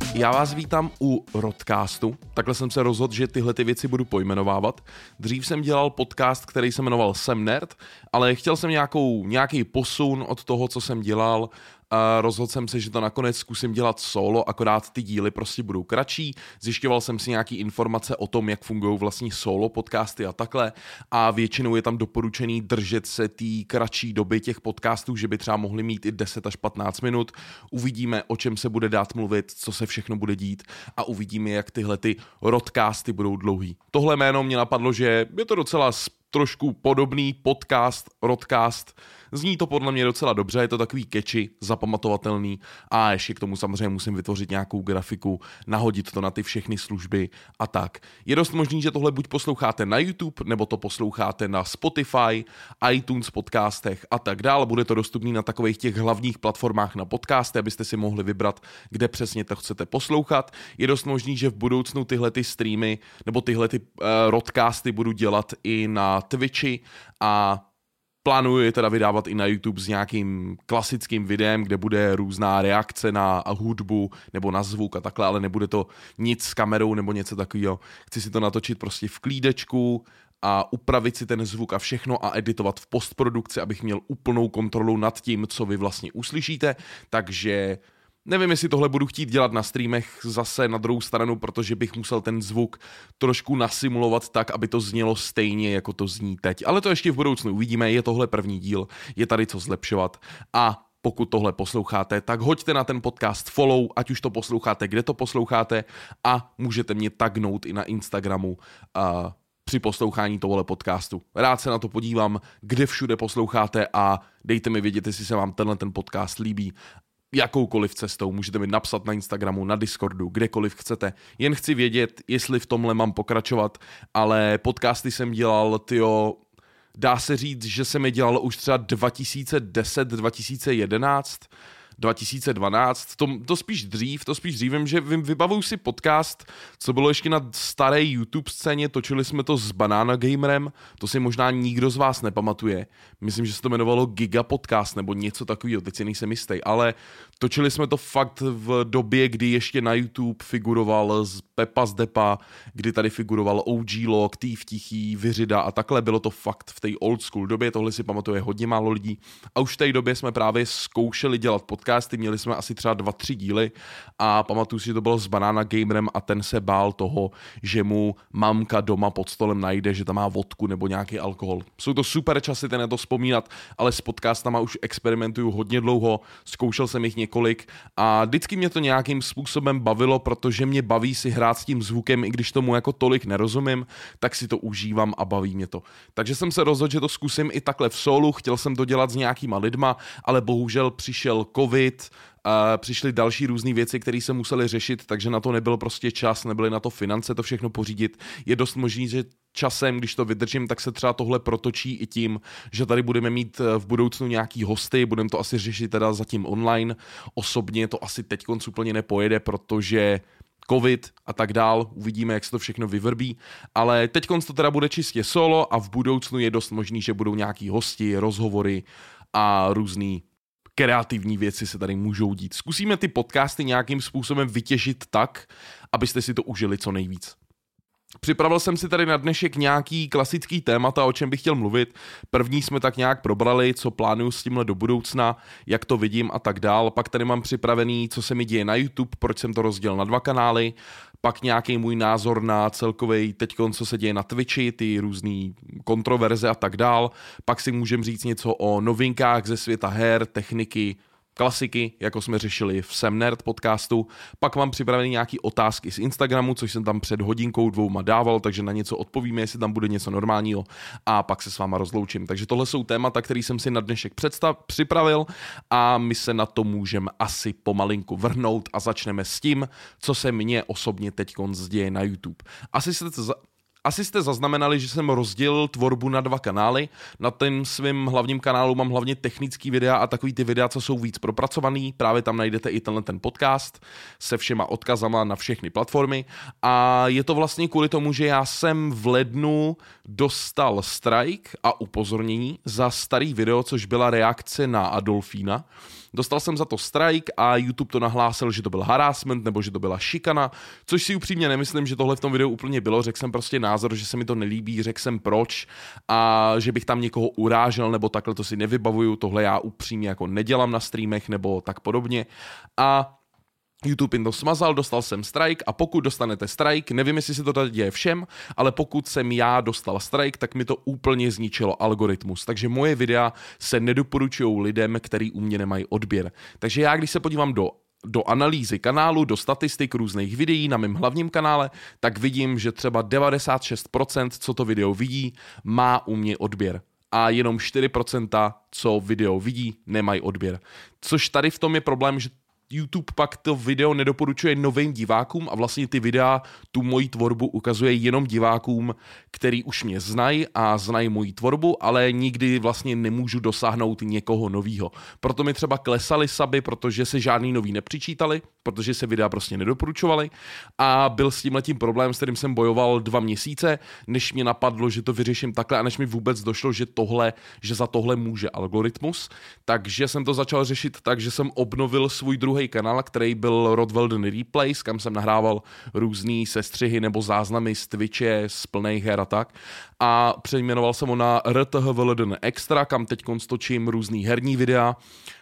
Já vás vítám u Rodcastu. Takhle jsem se rozhodl, že tyhle ty věci budu pojmenovávat. Dřív jsem dělal podcast, který se jmenoval Jsem nerd, ale chtěl jsem nějaký posun od toho, co jsem dělal. Rozhodl jsem se, že to nakonec zkusím dělat solo, akorát ty díly prostě budou kratší. Zjišťoval jsem si nějaký informace o tom, jak fungují vlastně solo podcasty a takhle. A většinou je tam doporučený držet se té kratší doby těch podcastů, že by třeba mohli mít i 10 až 15 minut. Uvidíme, o čem se bude dát mluvit, co se všechno bude dít a uvidíme, jak tyhle ty Rodcasty budou dlouhý. Tohle jméno mě napadlo, že je to docela trošku podobný podcast, Rodcast. Zní to podle mě docela dobře, je to takový catchy, zapamatovatelný a ještě k tomu samozřejmě musím vytvořit nějakou grafiku, nahodit to na ty všechny služby a tak. Je dost možný, že tohle buď posloucháte na YouTube, nebo to posloucháte na Spotify, iTunes podcastech a tak dále. Bude to dostupný na takových těch hlavních platformách na podcasty, abyste si mohli vybrat, kde přesně to chcete poslouchat. Je dost možný, že v budoucnu tyhle ty streamy nebo tyhle ty Rodcasty budu dělat i na Twitchi a plánuji je teda vydávat i na YouTube s nějakým klasickým videem, kde bude různá reakce na hudbu nebo na zvuk a takhle, ale nebude to nic s kamerou nebo něco takového. Chci si to natočit prostě v klídečku a upravit si ten zvuk a všechno a editovat v postprodukci, abych měl úplnou kontrolu nad tím, co vy vlastně uslyšíte, takže nevím, jestli tohle budu chtít dělat na streamech zase na druhou stranu, protože bych musel ten zvuk trošku nasimulovat tak, aby to znělo stejně, jako to zní teď. Ale to ještě v budoucnu uvidíme, je tohle první díl, je tady co zlepšovat a pokud tohle posloucháte, tak hoďte na ten podcast follow, ať už to posloucháte, kde to posloucháte a můžete mě tagnout i na Instagramu při poslouchání tohle podcastu. Rád se na to podívám, kde všude posloucháte a dejte mi vědět, jestli se vám ten podcast líbí. Jakoukoliv cestou, můžete mi napsat na Instagramu, na Discordu, kdekoliv chcete. Jen chci vědět, jestli v tomhle mám pokračovat, ale podcasty jsem dělal, dá se říct, že jsem je dělal už třeba 2010, 2011, 2012, to spíš dřív, vím, že vybavuju si podcast, co bylo ještě na staré YouTube scéně, točili jsme to s Banana Gamerem, to si možná nikdo z vás nepamatuje, myslím, že se to jmenovalo Giga Podcast nebo něco takového, teď si nejsem jistý, ale točili jsme to fakt v době, kdy ještě na YouTube figuroval Pepa z Depa, kdy tady figuroval OG Log, Týv Tichý, Vyřida a takhle, bylo to fakt v té old school době, tohle si pamatuje hodně málo lidí a už v té době jsme právě zkoušeli dělat podcasty, měli jsme asi třeba 2-3 díly a pamatuju si, že to bylo s Banana Gamerem a ten se bál toho, že mu mamka doma pod stolem najde, že tam má vodku nebo nějaký alkohol. Jsou to super časy, ten na to vzpomínat, ale s podcastama už experimentuju hodně dlouho, zkoušel jsem jich několik a vždycky mě to nějakým způsobem bavilo, protože mě baví si hrát s tím zvukem, i když tomu jako tolik nerozumím, tak si to užívám a baví mě to. Takže jsem se rozhodl, že to zkusím i takhle v solu, chtěl jsem to dělat s nějakýma lidma, ale bohužel přišel covid, přišly další různé věci, které se musely řešit, takže na to nebyl prostě čas, nebyly na to finance to všechno pořídit. Je dost možný, že časem, když to vydržím, tak se třeba tohle protočí i tím, že tady budeme mít v budoucnu nějaký hosty, budeme to asi řešit teda zatím online. Osobně to asi teďkonc úplně nepojede, protože covid a tak dál, uvidíme, jak se to všechno vyvrbí, ale teďkonc to teda bude čistě solo a v budoucnu je dost možný, že budou nějaký hosti, rozhovory a různý kreativní věci se tady můžou dít. Zkusíme ty podcasty nějakým způsobem vytěžit tak, abyste si to užili co nejvíc. Připravil jsem si tady na dnešek nějaký klasický témata, o čem bych chtěl mluvit. První jsme tak nějak probrali, co plánuju s tímhle do budoucna, jak to vidím a tak dál. Pak tady mám připravený, co se mi děje na YouTube, proč jsem to rozdělil na 2 kanály. Pak nějaký můj názor na celkovej teďkon, co se děje na Twitchi, ty různý kontroverze a tak dál. Pak si můžem říct něco o novinkách ze světa her, techniky, klasiky, jako jsme řešili v Jsem nerd podcastu. Pak mám připravený nějaký otázky z Instagramu, což jsem tam před hodinkou 2 dával, takže na něco odpovíme, jestli tam bude něco normálního a pak se s váma rozloučím. Takže tohle jsou témata, které jsem si na dnešek připravil a my se na to můžeme asi pomalinku vrhnout a začneme s tím, co se mně osobně teďkon děje na YouTube. Asi jste zaznamenali, že jsem rozdělil tvorbu na 2 kanály. Na tom svém hlavním kanálu mám hlavně technický videa a takový ty videa, co jsou víc propracovaný. Právě tam najdete i ten podcast se všema odkazama na všechny platformy. A je to vlastně kvůli tomu, že já jsem v lednu dostal strike a upozornění za starý video, což byla reakce na Adolfína. Dostal jsem za to strike a YouTube to nahlásil, že to byl harassment nebo že to byla šikana, což si upřímně nemyslím, že tohle v tom videu úplně bylo. Řekl jsem prostě názor, že se mi to nelíbí, řekl jsem proč a že bych tam někoho urážel nebo takhle, to si nevybavuju, tohle já upřímně jako nedělám na streamech nebo tak podobně. A YouTube jim to smazal, dostal jsem strike a pokud dostanete strike, nevím, jestli se to tady děje všem, ale pokud jsem já dostal strike, tak mi to úplně zničilo algoritmus. Takže moje videa se nedoporučují lidem, který u mě nemají odběr. Takže já, když se podívám do analýzy kanálu, do statistik různých videí na mém hlavním kanále, tak vidím, že třeba 96%, co to video vidí, má u mě odběr. A jenom 4%, co video vidí, nemají odběr. Což tady v tom je problém, že YouTube pak to video nedoporučuje novým divákům a vlastně ty videa tu moji tvorbu ukazuje jenom divákům, který už mě znají a znají moji tvorbu, ale nikdy vlastně nemůžu dosáhnout někoho novýho. Proto mi třeba klesaly suby, protože se žádný nový nepřičítali, protože se videa prostě nedoporučovaly a byl s tímhletím problém, s kterým jsem bojoval 2 měsíce, než mě napadlo, že to vyřeším takhle a než mi vůbec došlo, že za tohle může algoritmus. Takže jsem to začal řešit tak, že jsem obnovil svůj druhý kanál, který byl Rodvelden Replays, kam jsem nahrával různý sestřihy nebo záznamy z Twitche, z plných her a tak. A přejmenoval jsem ho na RTHVLDN Extra, kam teď točím různý herní videa.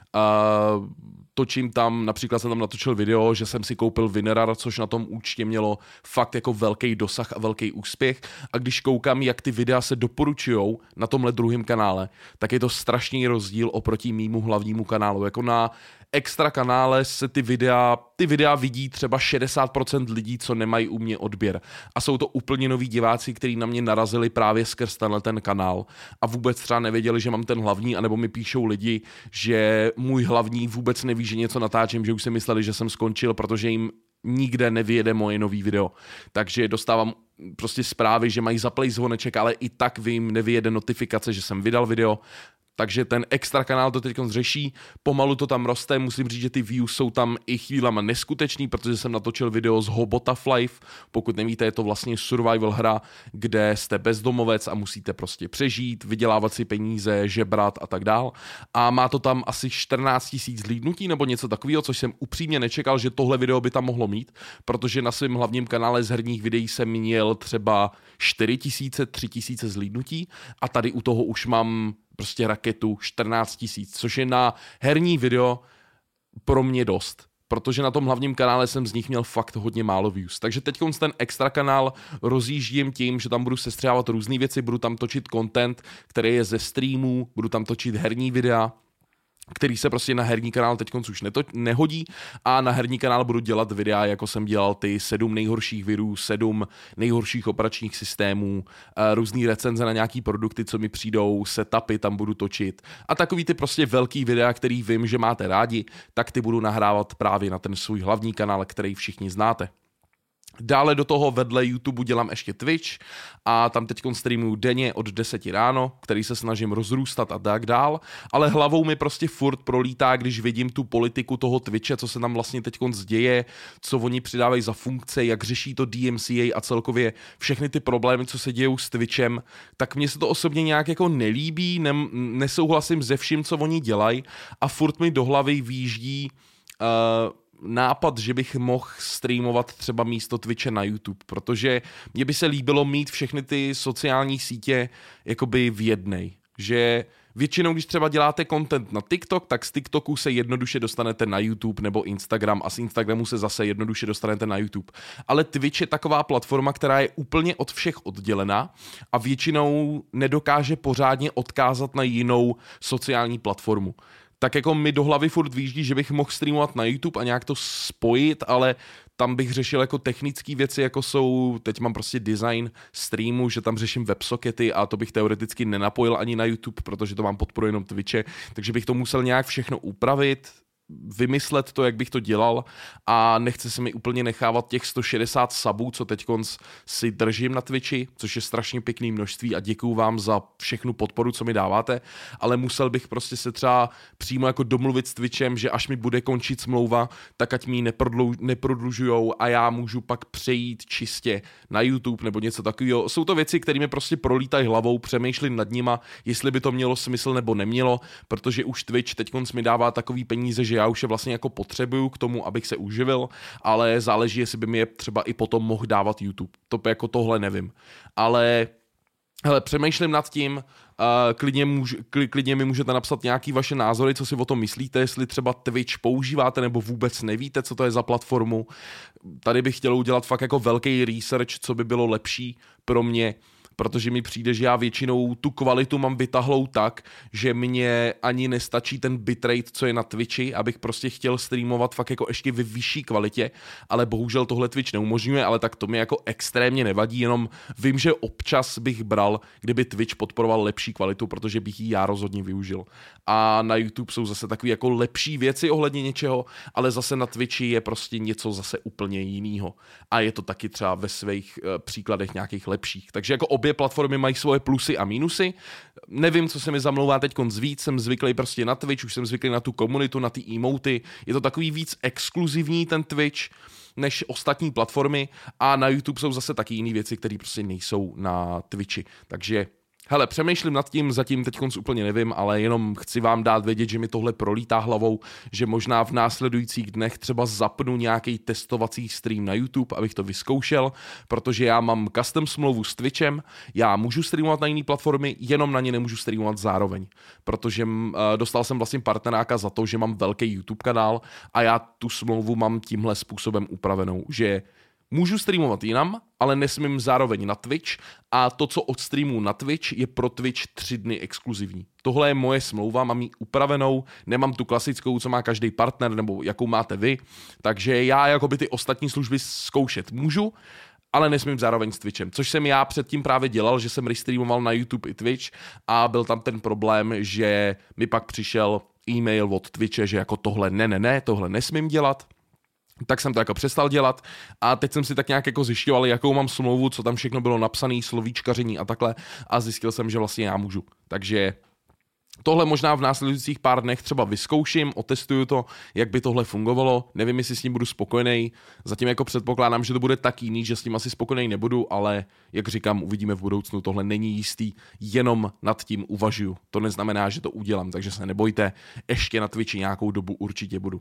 Točím tam, například jsem tam natočil video, že jsem si koupil Winrar, což na tom účtě mělo fakt jako velký dosah a velký úspěch. A když koukám, jak ty videa se doporučujou na tomhle druhém kanále, tak je to strašný rozdíl oproti mýmu hlavnímu kanálu. Jako na extra kanále se ty videa vidí třeba 60% lidí, co nemají u mě odběr. A jsou to úplně noví diváci, kteří na mě narazili právě skrz ten kanál a vůbec třeba nevěděli, že mám ten hlavní, anebo mi píšou lidi, že můj hlavní vůbec neví, že něco natáčím, že už si mysleli, že jsem skončil, protože jim nikde nevyjede moje nový video. Takže dostávám prostě zprávy, že mají zaplej zvoneček, ale i tak jim nevyjede notifikace, že jsem vydal video. Takže ten extra kanál to teď řeší, pomalu to tam roste, musím říct, že ty views jsou tam i chvílema neskutečný, protože jsem natočil video z Hobotaf Life, pokud nevíte, je to vlastně survival hra, kde jste bezdomovec a musíte prostě přežít, vydělávat si peníze, žebrat a tak dál. A má to tam asi 14 000 zhlídnutí nebo něco takového, což jsem upřímně nečekal, že tohle video by tam mohlo mít, protože na svém hlavním kanále z herních videí jsem měl třeba 4 000, 3 000 zhlídnutí a tady u toho už mám prostě raketu 14 000, což je na herní video pro mě dost, protože na tom hlavním kanále jsem z nich měl fakt hodně málo views. Takže teď ten extra kanál rozjíždím tím, že tam budu sestřávat různé věci, budu tam točit content, který je ze streamů, budu tam točit herní videa, který se prostě na herní kanál teď už nehodí a na herní kanál budu dělat videa, jako jsem dělal ty 7 nejhorších virů, 7 nejhorších operačních systémů, různý recenze na nějaký produkty, co mi přijdou, setupy tam budu točit a takový ty prostě velký videa, který vím, že máte rádi, tak ty budu nahrávat právě na ten svůj hlavní kanál, který všichni znáte. Dále do toho vedle YouTube dělám ještě Twitch a tam teď streamuju denně od 10 ráno, který se snažím rozrůstat a tak dál, ale hlavou mi prostě furt prolítá, když vidím tu politiku toho Twitche, co se tam vlastně teď děje, co oni přidávají za funkce, jak řeší to DMCA a celkově všechny ty problémy, co se dějou s Twitchem, tak mně se to osobně nějak jako nelíbí, nesouhlasím se vším, co oni dělají a furt mi do hlavy výjíždí nápad, že bych mohl streamovat třeba místo Twitche na YouTube, protože mně by se líbilo mít všechny ty sociální sítě jakoby v jednej, že většinou, když třeba děláte content na TikTok, tak z TikToku se jednoduše dostanete na YouTube nebo Instagram a z Instagramu se zase jednoduše dostanete na YouTube. Ale Twitch je taková platforma, která je úplně od všech oddělená a většinou nedokáže pořádně odkázat na jinou sociální platformu. Tak jako mi do hlavy furt výjíždí, že bych mohl streamovat na YouTube a nějak to spojit, ale tam bych řešil jako technické věci, jako jsou, teď mám prostě design streamu, že tam řeším websockety a to bych teoreticky nenapojil ani na YouTube, protože to mám podporu jenom Twitche, takže bych to musel nějak všechno upravit, vymyslet to, jak bych to dělal a nechce se mi úplně nechávat těch 160 subů, co teďkonc si držím na Twitchi, což je strašně pěkný množství a děkuju vám za všechnu podporu, co mi dáváte, ale musel bych prostě se třeba přímo jako domluvit s Twitchem, že až mi bude končit smlouva, tak ať mi ji neprodlužujou a já můžu pak přejít čistě na YouTube nebo něco takového. Jsou to věci, které mi prostě prolítají hlavou, přemýšlím nad nima, jestli by to mělo smysl nebo nemělo, protože už Twitch teďkonc mi dává takový peníze, že já už je vlastně jako potřebuju k tomu, abych se uživil, ale záleží, jestli by mi je třeba i potom mohl dávat YouTube. To jako tohle nevím. Ale hele, přemýšlím nad tím, klidně mi můžete napsat nějaký vaše názory, co si o tom myslíte, jestli třeba Twitch používáte nebo vůbec nevíte, co to je za platformu. Tady bych chtěl udělat fakt jako velký research, co by bylo lepší pro mě, protože mi přijde, že já většinou tu kvalitu mám vytahlou tak, že mě ani nestačí ten bitrate, co je na Twitchi, abych prostě chtěl streamovat fakt jako ještě ve vyšší kvalitě, ale bohužel tohle Twitch neumožňuje, ale tak to mi jako extrémně nevadí, jenom vím, že občas bych bral, kdyby Twitch podporoval lepší kvalitu, protože bych ji já rozhodně využil. A na YouTube jsou zase takové jako lepší věci ohledně něčeho, ale zase na Twitchi je prostě něco zase úplně jinýho. A je to taky třeba ve svých příkladech nějakých lepších. Takže jako obě platformy mají svoje plusy a mínusy. Nevím, co se mi zamlouvá teďkonc víc, jsem zvyklý prostě na Twitch, už jsem zvyklý na tu komunitu, na ty emoty. Je to takový víc exkluzivní ten Twitch než ostatní platformy a na YouTube jsou zase taky jiné věci, které prostě nejsou na Twitchi. Takže hele, přemýšlím nad tím, zatím teďkonc úplně nevím, ale jenom chci vám dát vědět, že mi tohle prolítá hlavou, že možná v následujících dnech třeba zapnu nějaký testovací stream na YouTube, abych to vyzkoušel, protože já mám custom smlouvu s Twitchem, já můžu streamovat na jiné platformy, jenom na ně nemůžu streamovat zároveň, protože dostal jsem vlastně partneráka za to, že mám velký YouTube kanál a já tu smlouvu mám tímhle způsobem upravenou, že můžu streamovat jinam, ale nesmím zároveň na Twitch a to, co odstreamuji na Twitch, je pro Twitch 3 dny exkluzivní. Tohle je moje smlouva, mám ji upravenou, nemám tu klasickou, co má každý partner, nebo jakou máte vy, takže já jakoby ty ostatní služby zkoušet můžu, ale nesmím zároveň s Twitchem, což jsem já předtím právě dělal, že jsem restreamoval na YouTube i Twitch a byl tam ten problém, že mi pak přišel e-mail od Twitche, že jako tohle tohle nesmím dělat. Tak jsem to jako přestal dělat a teď jsem si tak nějak jako zjišťoval, jakou mám smlouvu, co tam všechno bylo napsané, slovíčkaření a takhle a zjistil jsem, že vlastně já můžu. Takže tohle možná v následujících pár dnech třeba vyzkouším, otestuju to, jak by tohle fungovalo, nevím, jestli s tím budu spokojený, zatím jako předpokládám, že to bude tak jiný, že s tím asi spokojený nebudu, ale jak říkám, uvidíme v budoucnu, tohle není jistý, jenom nad tím uvažuju. To neznamená, že to udělám, takže se nebojte, ještě na Twitchi nějakou dobu určitě budu.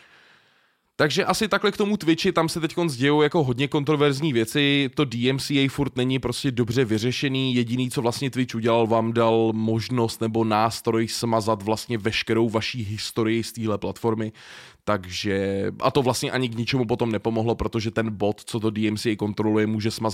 Takže asi takhle k tomu Twitchi, tam se teď dějou jako hodně kontroverzní věci, to DMCA furt není prostě dobře vyřešený, jediný, co vlastně Twitch udělal, vám dal možnost nebo nástroj smazat vlastně veškerou vaší historii z téhle platformy, takže, a to vlastně ani k ničemu potom nepomohlo, protože ten bot, co to DMCA kontroluje,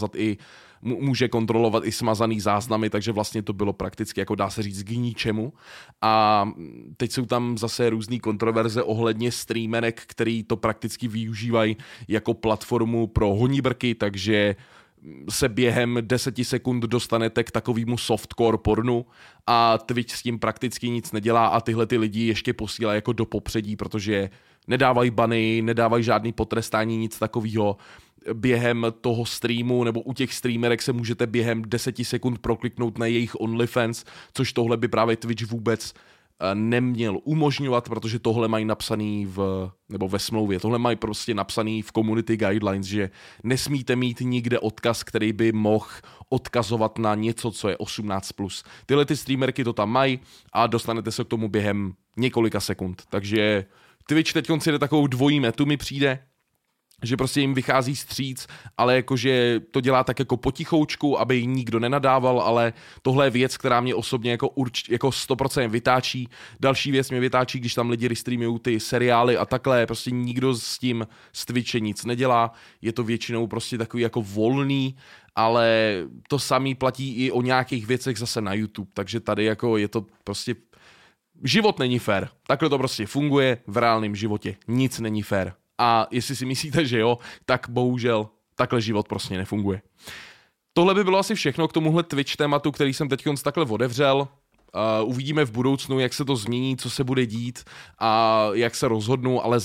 může kontrolovat i smazaný záznamy, takže vlastně to bylo prakticky, jako dá se říct, k ničemu. A teď jsou tam zase různý kontroverze ohledně streamerek, který to prakticky využívají jako platformu pro honíbrky, takže se během 10 sekund dostanete k takovému softcore pornu a Twitch s tím prakticky nic nedělá a tyhle ty lidi ještě posílají jako do popředí, protože nedávají bany, nedávají žádný potrestání, nic takového. Během toho streamu nebo u těch streamerek se můžete během 10 sekund prokliknout na jejich OnlyFans, což tohle by právě Twitch vůbec neměl umožňovat, protože tohle mají napsaný ve smlouvě. Tohle mají prostě napsaný v community guidelines, že nesmíte mít nikde odkaz, který by mohl odkazovat na něco, co je 18+. Tyhle ty streamerky to tam mají a dostanete se k tomu během několika sekund. Takže Twitch teď jde takovou dvojí metu mi přijde, že prostě jim vychází stříc, ale jakože to dělá tak jako potichoučku, aby jí nikdo nenadával, ale tohle je věc, která mě osobně jako 100% vytáčí. Další věc mě vytáčí, když tam lidi restreamují ty seriály a takhle, prostě nikdo s tím z Twitche nic nedělá, je to většinou prostě takový jako volný, ale to samý platí i o nějakých věcech zase na YouTube, takže tady jako je to prostě... Život není fér, takhle to prostě funguje v reálném životě, nic není fér. A jestli si myslíte, že jo, tak bohužel takhle život prostě nefunguje. Tohle by bylo asi všechno k tomuhle Twitch tématu, který jsem teď takhle otevřel. Uvidíme v budoucnu, jak se to změní, co se bude dít a jak se rozhodnu, ale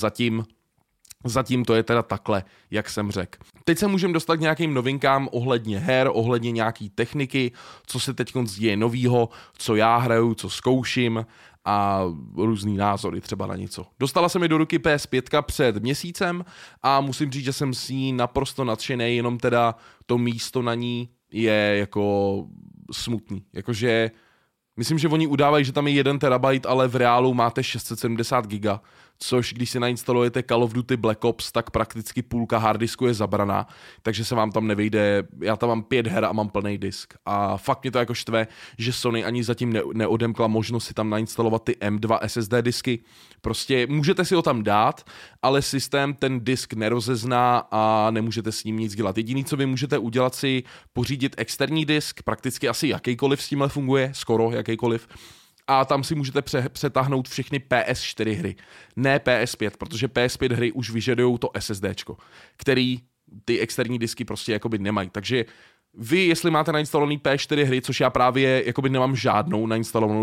zatím to je teda takhle, jak jsem řekl. Teď se můžeme dostat k nějakým novinkám ohledně her, ohledně nějaký techniky, co se teď děje novýho, co já hraju, co zkouším a různý názory třeba na něco. Dostala se mi do ruky PS5 před měsícem a musím říct, že jsem s ní naprosto nadšený, jenom teda to místo na ní je jako smutný. Jakože myslím, že oni udávají, že tam je 1 TB, ale v reálu máte 670 GB, což když si nainstalujete Call of Duty Black Ops, tak prakticky půlka harddisku je zabraná, takže se vám tam nevejde, já tam mám 5 her a mám plný disk. A fakt mě to jako štve, že Sony ani zatím neodemkla možnost si tam nainstalovat ty M2 SSD disky. Prostě můžete si ho tam dát, ale systém ten disk nerozezná a nemůžete s ním nic dělat. Jediný, co vy můžete udělat, si pořídit externí disk, prakticky asi jakýkčkoliv s tímhle funguje, skoro jakýkoliv, a tam si můžete přetáhnout všechny PS4 hry, ne PS5, protože PS5 hry už vyžadují to SSDčko, který ty externí disky prostě jakoby nemají. Takže vy, jestli máte nainstalovaný PS4 hry, což já právě jakoby nemám žádnou nainstalovanou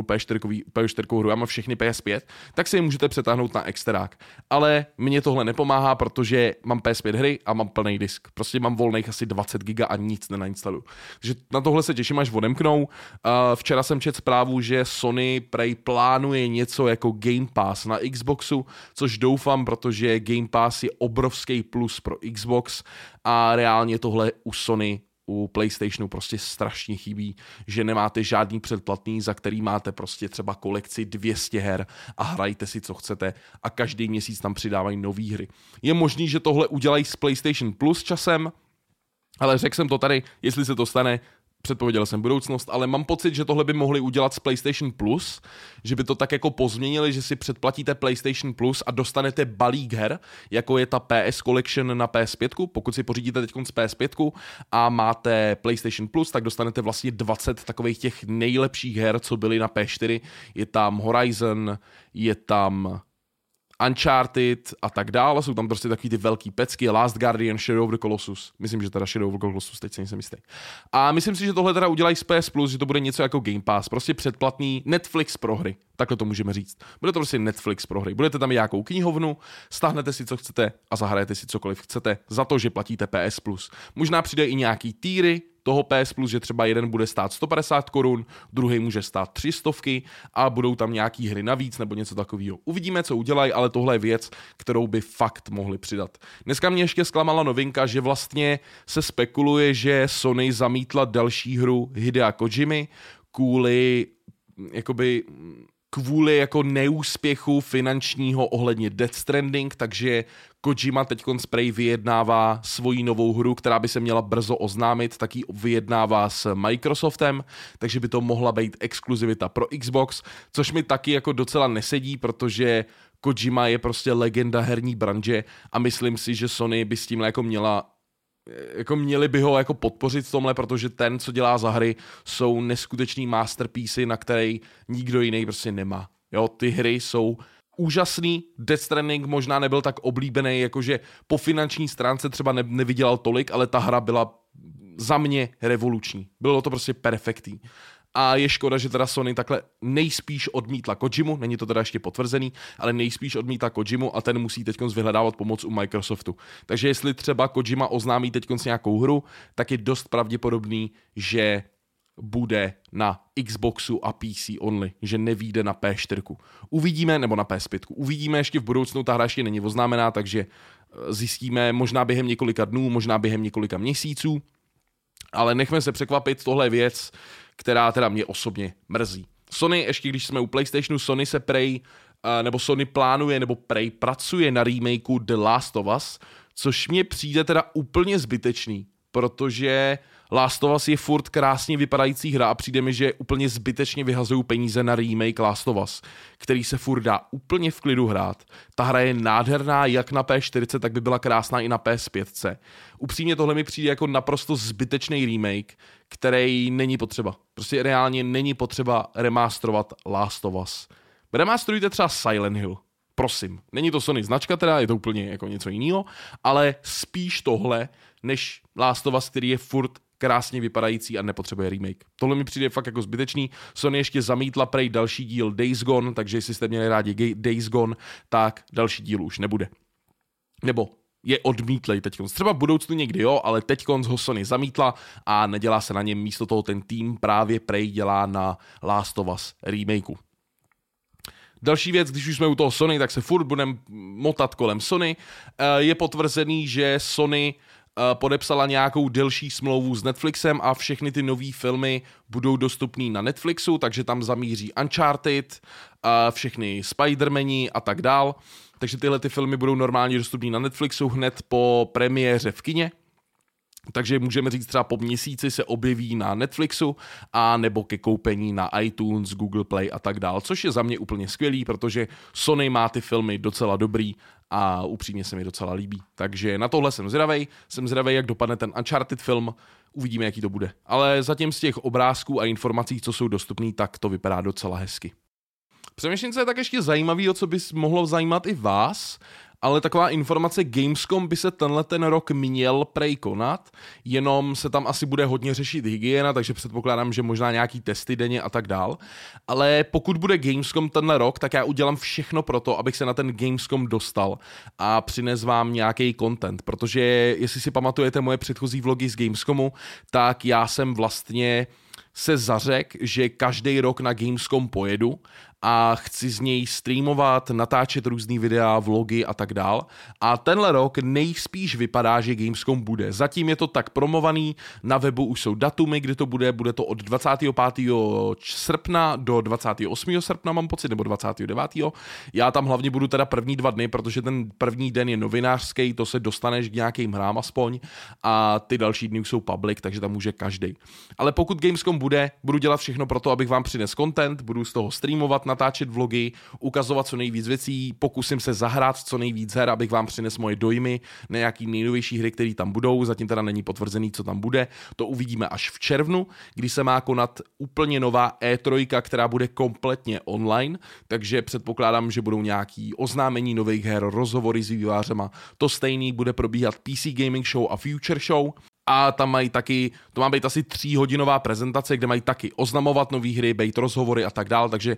PS4 hru, já mám všechny PS5, tak si je můžete přetáhnout na exterák. Ale mně tohle nepomáhá, protože mám PS5 hry a mám plný disk. Prostě mám volných asi 20 GB a nic nenainstaluju. Takže na tohle se těším, až odemknou. Včera jsem četl zprávu, že Sony prej plánuje něco jako Game Pass na Xboxu, což doufám, protože Game Pass je obrovský plus pro Xbox a reálně tohle u Sony u PlayStationu prostě strašně chybí, že nemáte žádný předplatný, za který máte prostě třeba kolekci 200 her a hrajte si, co chcete a každý měsíc tam přidávají nový hry. Je možný, že tohle udělají s PlayStation Plus časem, ale řekl jsem to tady, jestli se to stane, předpověděl jsem budoucnost, ale mám pocit, že tohle by mohli udělat s PlayStation Plus, že by to tak jako pozměnili, že si předplatíte PlayStation Plus a dostanete balík her, jako je ta PS Collection na PS5, pokud si pořídíte teď z PS5 a máte PlayStation Plus, tak dostanete vlastně 20 takových těch nejlepších her, co byly na PS4. Je tam Horizon, je tam Uncharted a tak dále, jsou tam prostě takový ty velký pecky, Last Guardian, Shadow of the Colossus, myslím, že teda Shadow of the Colossus, teď si nejsem jistý. A myslím si, že tohle teda udělají z PS Plus, že to bude něco jako Game Pass, prostě předplatný Netflix pro hry, takhle to můžeme říct. Bude to prostě Netflix pro hry, budete tam nějakou knihovnu, stáhnete si, co chcete a zahrajete si cokoliv chcete za to, že platíte PS Plus. Možná přijde i nějaký týry toho PS Plus, že třeba jeden bude stát 150 korun, druhý může stát 300 a budou tam nějaký hry navíc nebo něco takového. Uvidíme, co udělají, ale tohle je věc, kterou by fakt mohli přidat. Dneska mě ještě zklamala novinka, že vlastně se spekuluje, že Sony zamítla další hru Hidea Kojimy kvůli jako neúspěchu finančního ohledně Death Stranding, takže Kojima teď spray vyjednává svoji novou hru, která by se měla brzo oznámit, tak ji vyjednává s Microsoftem, takže by to mohla být exkluzivita pro Xbox, což mi taky jako docela nesedí, protože Kojima je prostě legenda herní branže a myslím si, že Sony by s tímhle měli by ho jako podpořit v tomhle, protože ten, co dělá za hry, jsou neskutečný masterpiece, na který nikdo jiný prostě nemá. Jo, ty hry jsou úžasný, Death Stranding možná nebyl tak oblíbený, jakože po finanční stránce třeba nevydělal tolik, ale ta hra byla za mě revoluční. Bylo to prostě perfektní. A je škoda, že teda Sony takhle nejspíš odmítla Kojimu, není to teda ještě potvrzený, ale nejspíš odmítla Kojimu a ten musí teď vyhledávat pomoc u Microsoftu. Takže jestli třeba Kojima oznámí teď nějakou hru, tak je dost pravděpodobný, že bude na Xboxu a PC only, že nevyjde na PS4. Uvidíme, nebo na PS5. Uvidíme ještě v budoucnu, ta hra ještě není oznámená, takže zjistíme možná během několika dnů, možná během několika měsíců, ale nechme se překvapit, tohle je věc, která teda mě osobně mrzí. Sony, ještě když jsme u PlayStationu, Sony se Sony plánuje, nebo pracuje na remakeu The Last of Us, což mně přijde teda úplně zbytečný, protože Last of Us je furt krásně vypadající hra a přijde mi, že úplně zbytečně vyhazují peníze na remake Last of Us, který se furt dá úplně v klidu hrát. Ta hra je nádherná jak na PS4, tak by byla krásná i na PS5. Upřímně tohle mi přijde jako naprosto zbytečný remake, který není potřeba. Prostě reálně není potřeba remasterovat Last of Us. Remasterujte třeba Silent Hill. Prosím, není to Sony značka teda, je to úplně jako něco jiného, ale spíš tohle, než Last of Us, který je furt krásně vypadající a nepotřebuje remake. Tohle mi přijde fakt jako zbytečný. Sony ještě zamítla prej další díl Days Gone, takže jestli jste měli rádi Days Gone, tak další díl už nebude. Nebo je odmítlej teďkonc. Třeba v budoucnu někdy jo, ale teďkonc ho Sony zamítla a nedělá se na něm, místo toho ten tým právě prej dělá na Last of Us remakeu. Další věc, když už jsme u toho Sony, tak se furt budeme motat kolem Sony. Je potvrzený, že Sony podepsala nějakou delší smlouvu s Netflixem a všechny ty nové filmy budou dostupný na Netflixu, takže tam zamíří Uncharted, všechny Spider-Mani a tak dál. Takže tyhle ty filmy budou normálně dostupný na Netflixu hned po premiéře v kině. Takže můžeme říct třeba po měsíci se objeví na Netflixu a nebo ke koupení na iTunes, Google Play a tak dál, což je za mě úplně skvělý, protože Sony má ty filmy docela dobrý a upřímně se mi docela líbí. Takže na tohle jsem zvědavej, jak dopadne ten Uncharted film, uvidíme, jaký to bude. Ale zatím z těch obrázků a informací, co jsou dostupný, tak to vypadá docela hezky. Přemýšlím, co je tak ještě zajímavého, co by mohlo zajímat i vás, ale taková informace, Gamescom by se ten rok měl prej konat, jenom se tam asi bude hodně řešit hygiena, takže předpokládám, že možná nějaký testy denně a tak dál. Ale pokud bude Gamescom tenhle rok, tak já udělám všechno pro to, abych se na ten Gamescom dostal a přines vám nějaký content, protože jestli si pamatujete moje předchozí vlogy z Gamescomu, tak já jsem vlastně se zařekl, že každý rok na Gamescom pojedu a chci z něj streamovat, natáčet různý videa, vlogy a tak dál. A tenhle rok nejspíš vypadá, že Gamescom bude. Zatím je to tak promovaný, na webu už jsou datumy, kdy to bude to od 25. srpna do 28. srpna, mám pocit, nebo 29. Já tam hlavně budu teda první 2 dny, protože ten první den je novinářský, to se dostaneš k nějakým hrám aspoň a ty další dny už jsou public, takže tam může každý. Ale pokud Gamescom bude, budu dělat všechno pro to, abych vám přines content, budu z toho streamovat, natáčet vlogy, ukazovat co nejvíc věcí, pokusím se zahrát co nejvíc her, abych vám přines moje dojmy na nějaký nejnovější hry, které tam budou, zatím teda není potvrzený, co tam bude, to uvidíme až v červnu, kdy se má konat úplně nová E3, která bude kompletně online, takže předpokládám, že budou nějaký oznámení nových her, rozhovory s vývojářema, to stejný bude probíhat PC Gaming Show a Future Show. A tam mají taky, to má být asi 3hodinová prezentace, kde mají taky oznamovat nové hry, být rozhovory a tak dál, takže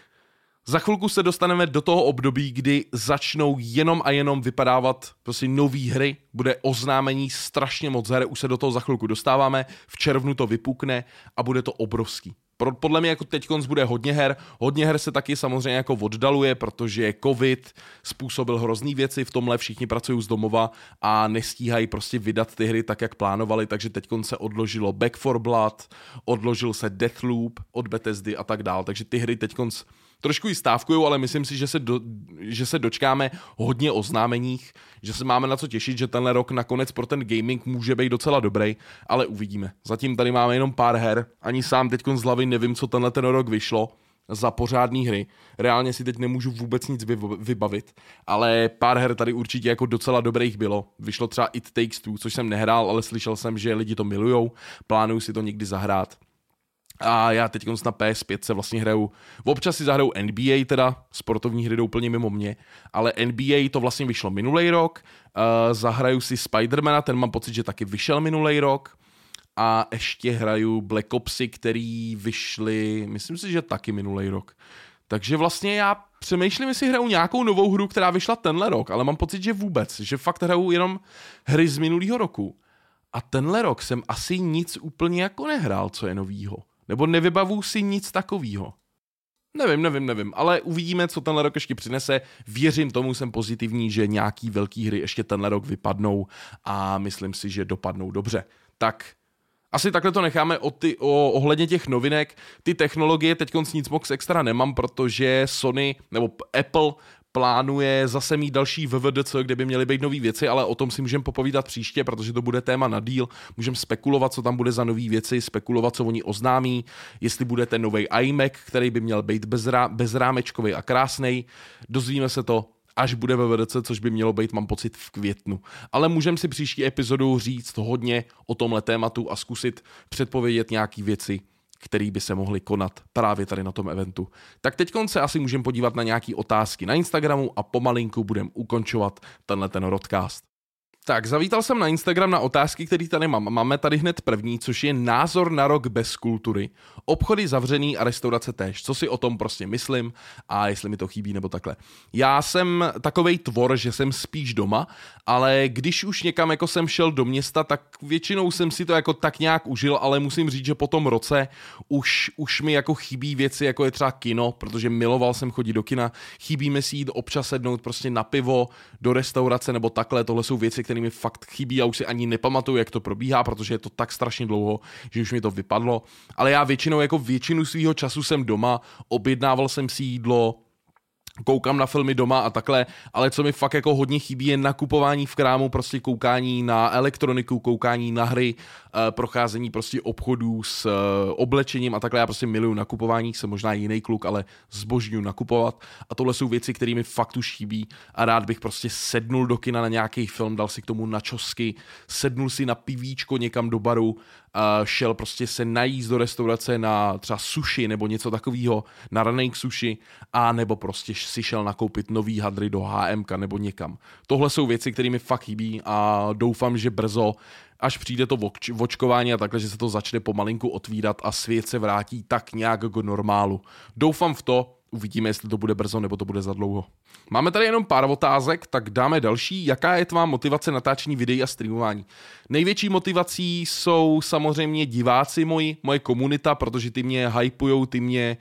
za chvilku se dostaneme do toho období, kdy začnou jenom a jenom vypadávat prostě nový hry, bude oznámení strašně moc her, už se do toho za chvilku dostáváme, v červnu to vypukne a bude to obrovský. Podle mě jako teďkonc bude hodně her se taky samozřejmě jako oddaluje, protože covid způsobil hrozný věci, v tomhle všichni pracují z domova a nestíhají prostě vydat ty hry tak, jak plánovali, takže teďkonc se odložilo Back 4 Blood, odložil se Deathloop od Bethesdy a tak dál, takže ty hry teďkonc trošku ji stávkujou, ale myslím si, že se dočkáme hodně oznámeních, že se máme na co těšit, že tenhle rok nakonec pro ten gaming může být docela dobrý, ale uvidíme. Zatím tady máme jenom pár her, ani sám teďkon z hlavy nevím, co tenhle ten rok vyšlo za pořádný hry. Reálně si teď nemůžu vůbec nic vybavit, ale pár her tady určitě jako docela dobrých bylo. Vyšlo třeba It Takes Two, což jsem nehrál, ale slyšel jsem, že lidi to milujou, plánuju si to někdy zahrát. A já teď na PS5 se vlastně hraju, občas si zahraju NBA teda, sportovní hry jdou úplně mimo mě, ale NBA to vlastně vyšlo minulej rok, zahraju si Spidermana, ten mám pocit, že taky vyšel minulej rok a ještě hraju Black Opsy, který vyšly, myslím si, že taky minulej rok. Takže vlastně já přemýšlím, jestli hraju nějakou novou hru, která vyšla tenhle rok, ale mám pocit, že vůbec, že fakt hraju jenom hry z minulého roku. A tenhle rok jsem asi nic úplně jako nehrál, co je novýho. Nebo nevybavu si nic takového. Nevím, ale uvidíme, co tenhle rok ještě přinese. Věřím tomu, jsem pozitivní, že nějaký velký hry ještě tenhle rok vypadnou a myslím si, že dopadnou dobře. Tak asi takhle to necháme ohledně těch novinek. Ty technologie teďkonc nic moc extra nemám, protože Sony nebo Apple plánuje zase mít další VVDC, kde by měly být nové věci, ale o tom si můžeme popovídat příště, protože to bude téma na díl. Můžeme spekulovat, co tam bude za nové věci, spekulovat, co oni oznámí, jestli bude ten nový iMac, který by měl být bezrámečkový a krásnej. Dozvíme se to, až bude VVDC, což by mělo být, mám pocit, v květnu. Ale můžeme si příští epizodu říct hodně o tomhle tématu a zkusit předpovědět nějaké věci, který by se mohly konat právě tady na tom eventu. Tak teď se asi můžeme podívat na nějaké otázky na Instagramu a pomalinku budeme ukončovat tenhle ten rodcast. Tak, zavítal jsem na Instagram na otázky, které tady mám. Máme tady hned první, což je názor na rok bez kultury. Obchody zavřený a restaurace též. Co si o tom prostě myslím a jestli mi to chybí nebo takhle. Já jsem takovej tvor, že jsem spíš doma, ale když už někam jako jsem šel do města, tak většinou jsem si to jako tak nějak užil, ale musím říct, že po tom roce už mi jako chybí věci, jako je třeba kino, protože miloval jsem chodit do kina. Chybí mi si jít občas sednout prostě na pivo, do restaurace nebo takhle. Tohle jsou věci, které mi fakt chybí a už si ani nepamatuju, jak to probíhá, protože je to tak strašně dlouho, že už mi to vypadlo. Ale já většinou jako většinu svýho času jsem doma, objednával jsem si jídlo, koukám na filmy doma a takhle, ale co mi fakt jako hodně chybí je nakupování v krámu, prostě koukání na elektroniku, koukání na hry, procházení prostě obchodů s oblečením a takhle. Já prostě miluju nakupování, jsem možná jiný kluk, ale zbožňuju nakupovat a tohle jsou věci, které mi fakt už chybí a rád bych prostě sednul do kina na nějaký film, dal si k tomu načosky, sednul si na pivíčko někam do baru, šel prostě se najíst do restaurace na třeba sushi nebo něco takového, na ranej sushi, a nebo prostě si šel nakoupit nový hadry do HMka nebo někam. Tohle jsou věci, které mi fakt chybí a doufám, že brzo, až přijde to očkování a takhle, že se to začne pomalinku otvírat a svět se vrátí tak nějak k normálu. Doufám v to, uvidíme, jestli to bude brzo nebo to bude za dlouho. Máme tady jenom pár otázek, tak dáme další. Jaká je tvá motivace natáčení videí a streamování? Největší motivací jsou samozřejmě diváci moje komunita, protože ty mě hypujou, ty mě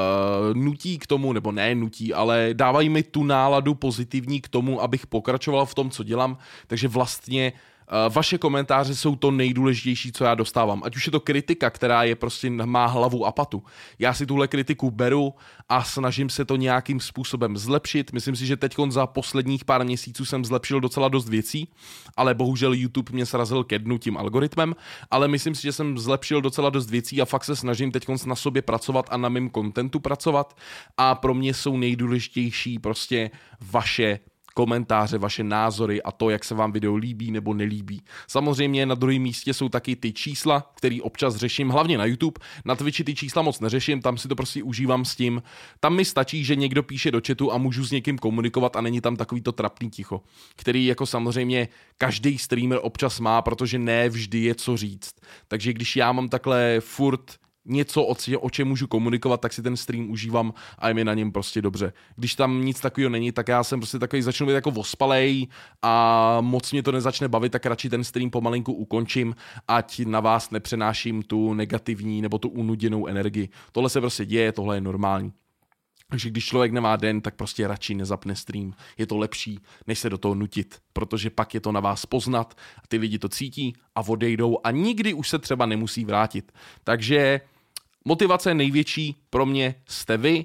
nutí k tomu, nebo ne nutí, ale dávají mi tu náladu pozitivní k tomu, abych pokračoval v tom, co dělám. Takže vlastně vaše komentáře jsou to nejdůležitější, co já dostávám. Ať už je to kritika, která je prostě má hlavu a patu. Já si tuhle kritiku beru a snažím se to nějakým způsobem zlepšit. Myslím si, že teď za posledních pár měsíců jsem zlepšil docela dost věcí, ale bohužel YouTube mě srazil ke dnu tím algoritmem, ale myslím si, že jsem zlepšil docela dost věcí a fakt se snažím teď na sobě pracovat a na mém kontentu pracovat a pro mě jsou nejdůležitější prostě vaše komentáře, vaše názory a to, jak se vám video líbí nebo nelíbí. Samozřejmě na druhém místě jsou taky ty čísla, které občas řeším, hlavně na YouTube. Na Twitchi ty čísla moc neřeším, tam si to prostě užívám s tím. Tam mi stačí, že někdo píše do chatu a můžu s někým komunikovat a není tam takový to trapný ticho, který jako samozřejmě každý streamer občas má, protože ne vždy je co říct. Takže když já mám takhle furt něco, o čem můžu komunikovat, tak si ten stream užívám a je mi na něm prostě dobře. Když tam nic takového není, tak já jsem prostě takový, začnu být jako ospalej a moc mě to nezačne bavit, tak radši ten stream pomalinku ukončím, ať na vás nepřenáším tu negativní nebo tu unuděnou energii. Tohle se prostě děje, tohle je normální. Takže když člověk nemá den, tak prostě radši nezapne stream. Je to lepší, než se do toho nutit, protože pak je to na vás poznat a ty lidi to cítí a odejdou a nikdy už se třeba nemusí vrátit. Takže motivace největší pro mě jste vy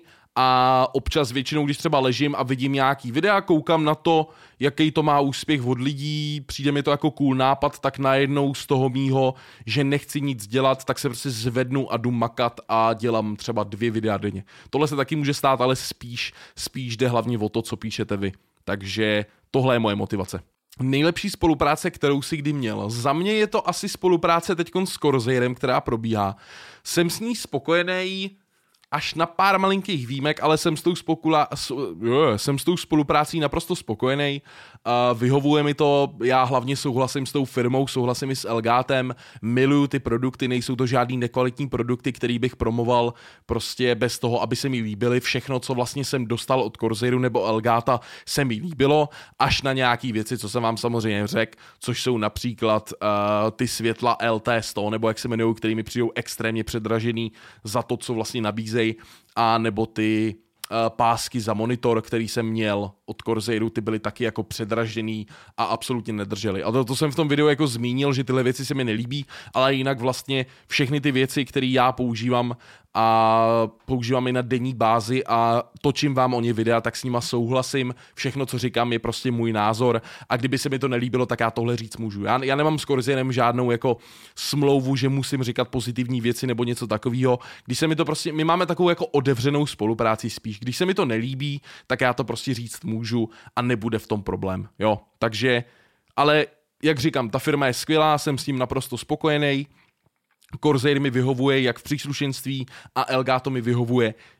a občas většinou, když třeba ležím a vidím nějaký videa, koukám na to, jaký to má úspěch od lidí, přijde mi to jako cool nápad, tak najednou z toho mýho, že nechci nic dělat, tak se prostě zvednu a jdu makat a dělám třeba 2 videa denně. Tohle se taky může stát, ale spíš jde hlavně o to, co píšete vy. Takže tohle je moje motivace. Nejlepší spolupráce, kterou si kdy měl. Za mě je to asi spolupráce teďkon s Corsairem, která probíhá. Jsem s ní spokojený až na pár malinkých výjimek, ale jsem s tou spoluprácí naprosto spokojený. Vyhovuje mi to, já hlavně souhlasím s tou firmou, souhlasím i s Elgatem, miluju ty produkty, nejsou to žádný nekvalitní produkty, který bych promoval prostě bez toho, aby se mi líbily. Všechno, co vlastně jsem dostal od Corsairu nebo Elgata, se mi líbilo, až na nějaký věci, co jsem vám samozřejmě řekl, což jsou například ty světla LT100, nebo jak se jmenují, který mi přijdou extrémně předražený za to, co vlastně nabízejí, a nebo ty pásky za monitor, který jsem měl od Corsairu, ty byly taky jako předražený a absolutně nedržely. A to jsem v tom videu jako zmínil, že tyhle věci se mi nelíbí, ale jinak vlastně všechny ty věci, které já používám a používám i na denní bázi a točím vám o ně videa, tak s nima souhlasím. Všechno, co říkám, je prostě můj názor a kdyby se mi to nelíbilo, tak já tohle říct můžu. Já nemám s Corsairem žádnou jako smlouvu, že musím říkat pozitivní věci nebo něco takového. Když se mi to prostě, my máme takovou jako otevřenou spolupráci spíš. Když se mi to nelíbí, tak já to prostě říct můžu a nebude v tom problém. Jo, takže, ale jak říkám, ta firma je skvělá, jsem s tím naprosto spokojený. Corsair mi vyhovuje jak v příslušenství a Elgato mi vyhovuje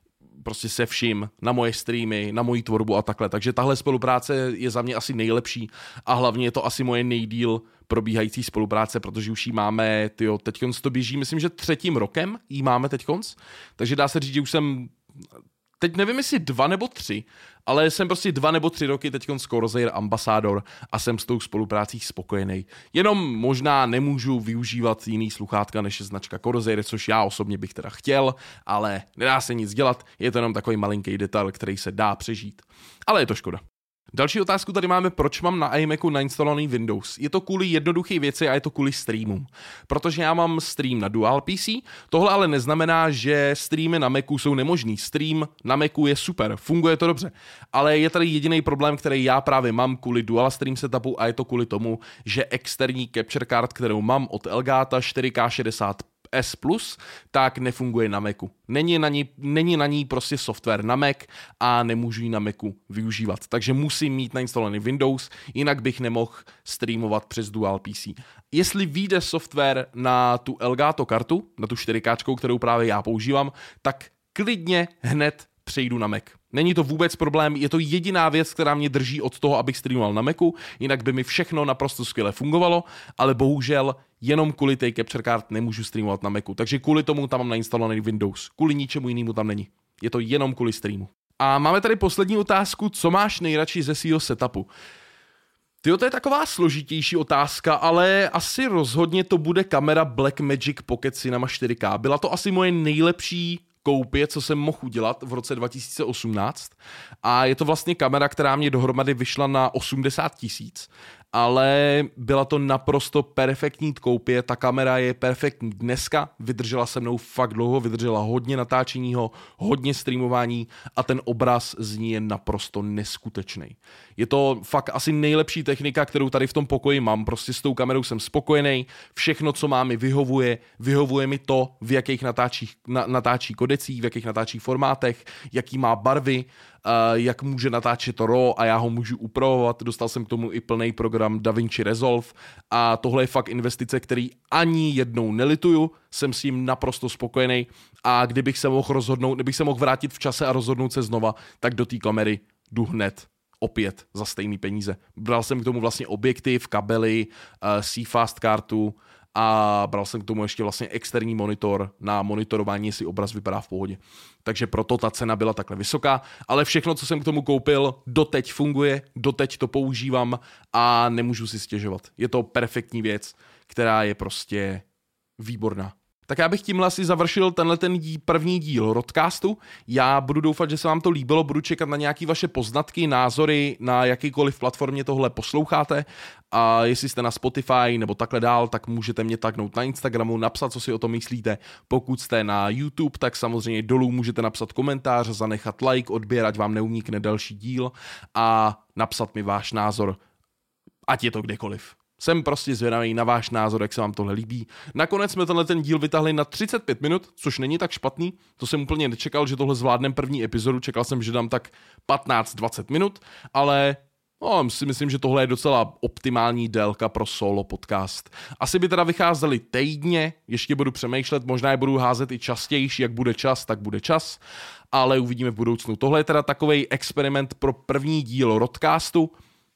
prostě se vším, na moje streamy, na moji tvorbu a takhle. Takže tahle spolupráce je za mě asi nejlepší a hlavně je to asi moje nejdýl probíhající spolupráce, protože už ji máme, teďkonc to běží, myslím, že 3. rokem ji máme teďkonc, takže dá se říct, že už jsem, teď nevím, jestli 2 nebo 3, ale jsem prostě 2 nebo 3 roky teďkonc Corsair ambasádor a jsem s tou spoluprácí spokojený. Jenom možná nemůžu využívat jiný sluchátka než značka Corsair, což já osobně bych teda chtěl, ale nedá se nic dělat, je to jenom takový malinký detail, který se dá přežít. Ale je to škoda. Další otázku tady máme, proč mám na iMacu nainstalovaný Windows. Je to kvůli jednoduché věci a je to kvůli streamům. Protože já mám stream na Dual PC, tohle ale neznamená, že streamy na Macu jsou nemožný. Stream na Macu je super, funguje to dobře. Ale je tady jediný problém, který já právě mám kvůli Dual Stream setupu a je to kvůli tomu, že externí capture card, kterou mám od Elgata 4K60 S+, tak nefunguje na Macu. Není na ní prostě software na Mac a nemůžu ji na Macu využívat. Takže musím mít nainstalovaný Windows, jinak bych nemohl streamovat přes Dual PC. Jestli vyjde software na tu Elgato kartu, na tu 4K, kterou právě já používám, tak klidně hned přejdu na Mac. Není to vůbec problém, je to jediná věc, která mě drží od toho, abych streamoval na Macu, jinak by mi všechno naprosto skvěle fungovalo, ale bohužel jenom kvůli té capture card nemůžu streamovat na Macu, takže kvůli tomu tam mám nainstalovaný Windows, kvůli ničemu jinému tam není. Je to jenom kvůli streamu. A máme tady poslední otázku, co máš nejradši ze svého setupu? To je taková složitější otázka, ale asi rozhodně to bude kamera Blackmagic Pocket Cinema 4K. Byla to asi moje nejlepší koupě, co jsem mohl udělat v roce 2018 a je to vlastně kamera, která mě dohromady vyšla na 80 000, ale byla to naprosto perfektní koupě, ta kamera je perfektní dneska, vydržela se mnou fakt dlouho, vydržela hodně natáčeního, hodně streamování a ten obraz z ní je naprosto neskutečný. Je to fakt asi nejlepší technika, kterou tady v tom pokoji mám, prostě s tou kamerou jsem spokojený, všechno, co má mi vyhovuje mi to, v jakých natáčí kodecích, v jakých natáčí formátech, jaký má barvy, jak může natáčet RAW a já ho můžu upravovat, dostal jsem k tomu i plný program DaVinci Resolve a tohle je fakt investice, který ani jednou nelituju, jsem s ním naprosto spokojený a kdybych se mohl vrátit v čase a rozhodnout se znova, tak do té kamery jdu hned. Opět za stejný peníze. Bral jsem k tomu vlastně objektiv, kabely, CFast kartu a bral jsem k tomu ještě vlastně externí monitor na monitorování, jestli obraz vypadá v pohodě. Takže proto ta cena byla takhle vysoká, ale všechno, co jsem k tomu koupil, doteď funguje, doteď to používám a nemůžu si stěžovat. Je to perfektní věc, která je prostě výborná. Tak já bych tímhle asi završil první díl Rodcastu. Já budu doufat, že se vám to líbilo, budu čekat na nějaké vaše poznatky, názory, na jakýkoliv platformě tohle posloucháte a jestli jste na Spotify nebo takhle dál, tak můžete mě tagnout na Instagramu, napsat, co si o tom myslíte. Pokud jste na YouTube, tak samozřejmě dolů můžete napsat komentář, zanechat like, odběr, ať vám neunikne další díl a napsat mi váš názor, ať je to kdekoliv. Jsem prostě zvědavý na váš názor, jak se vám tohle líbí. Nakonec jsme ten díl vytáhli na 35 minut, což není tak špatný. To jsem úplně nečekal, že tohle zvládnem první epizodu. Čekal jsem, že dám tak 15-20 minut, ale si myslím, že tohle je docela optimální délka pro solo podcast. Asi by teda vycházely týdně, ještě budu přemýšlet, možná je budu házet i častější, jak bude čas, tak bude čas, ale uvidíme v budoucnu. Tohle je teda takovej experiment pro první díl Rodcastu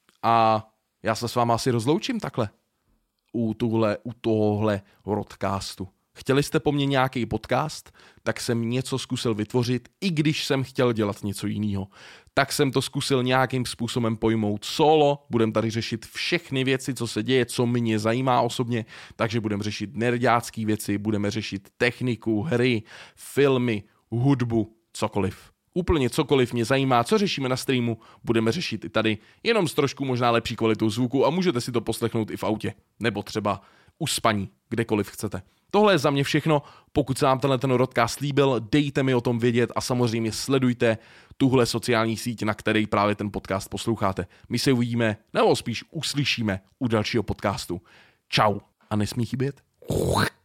a já se s váma asi rozloučím takhle u tohohle Rodcastu. Chtěli jste po mně nějaký podcast, tak jsem něco zkusil vytvořit, i když jsem chtěl dělat něco jiného. Tak jsem to zkusil nějakým způsobem pojmout solo, budem tady řešit všechny věci, co se děje, co mě zajímá osobně, takže budeme řešit nerdácký věci, budeme řešit techniku, hry, filmy, hudbu, cokoliv. Úplně cokoliv mě zajímá, co řešíme na streamu, budeme řešit i tady, jenom s trošku možná lepší kvalitou zvuku a můžete si to poslechnout i v autě, nebo třeba u spaní, kdekoliv chcete. Tohle je za mě všechno, pokud se vám ten Rodcast líbil, dejte mi o tom vědět a samozřejmě sledujte tuhle sociální síť, na které právě ten podcast posloucháte. My se uvidíme, nebo spíš uslyšíme u dalšího podcastu. Čau a nesmí chybět.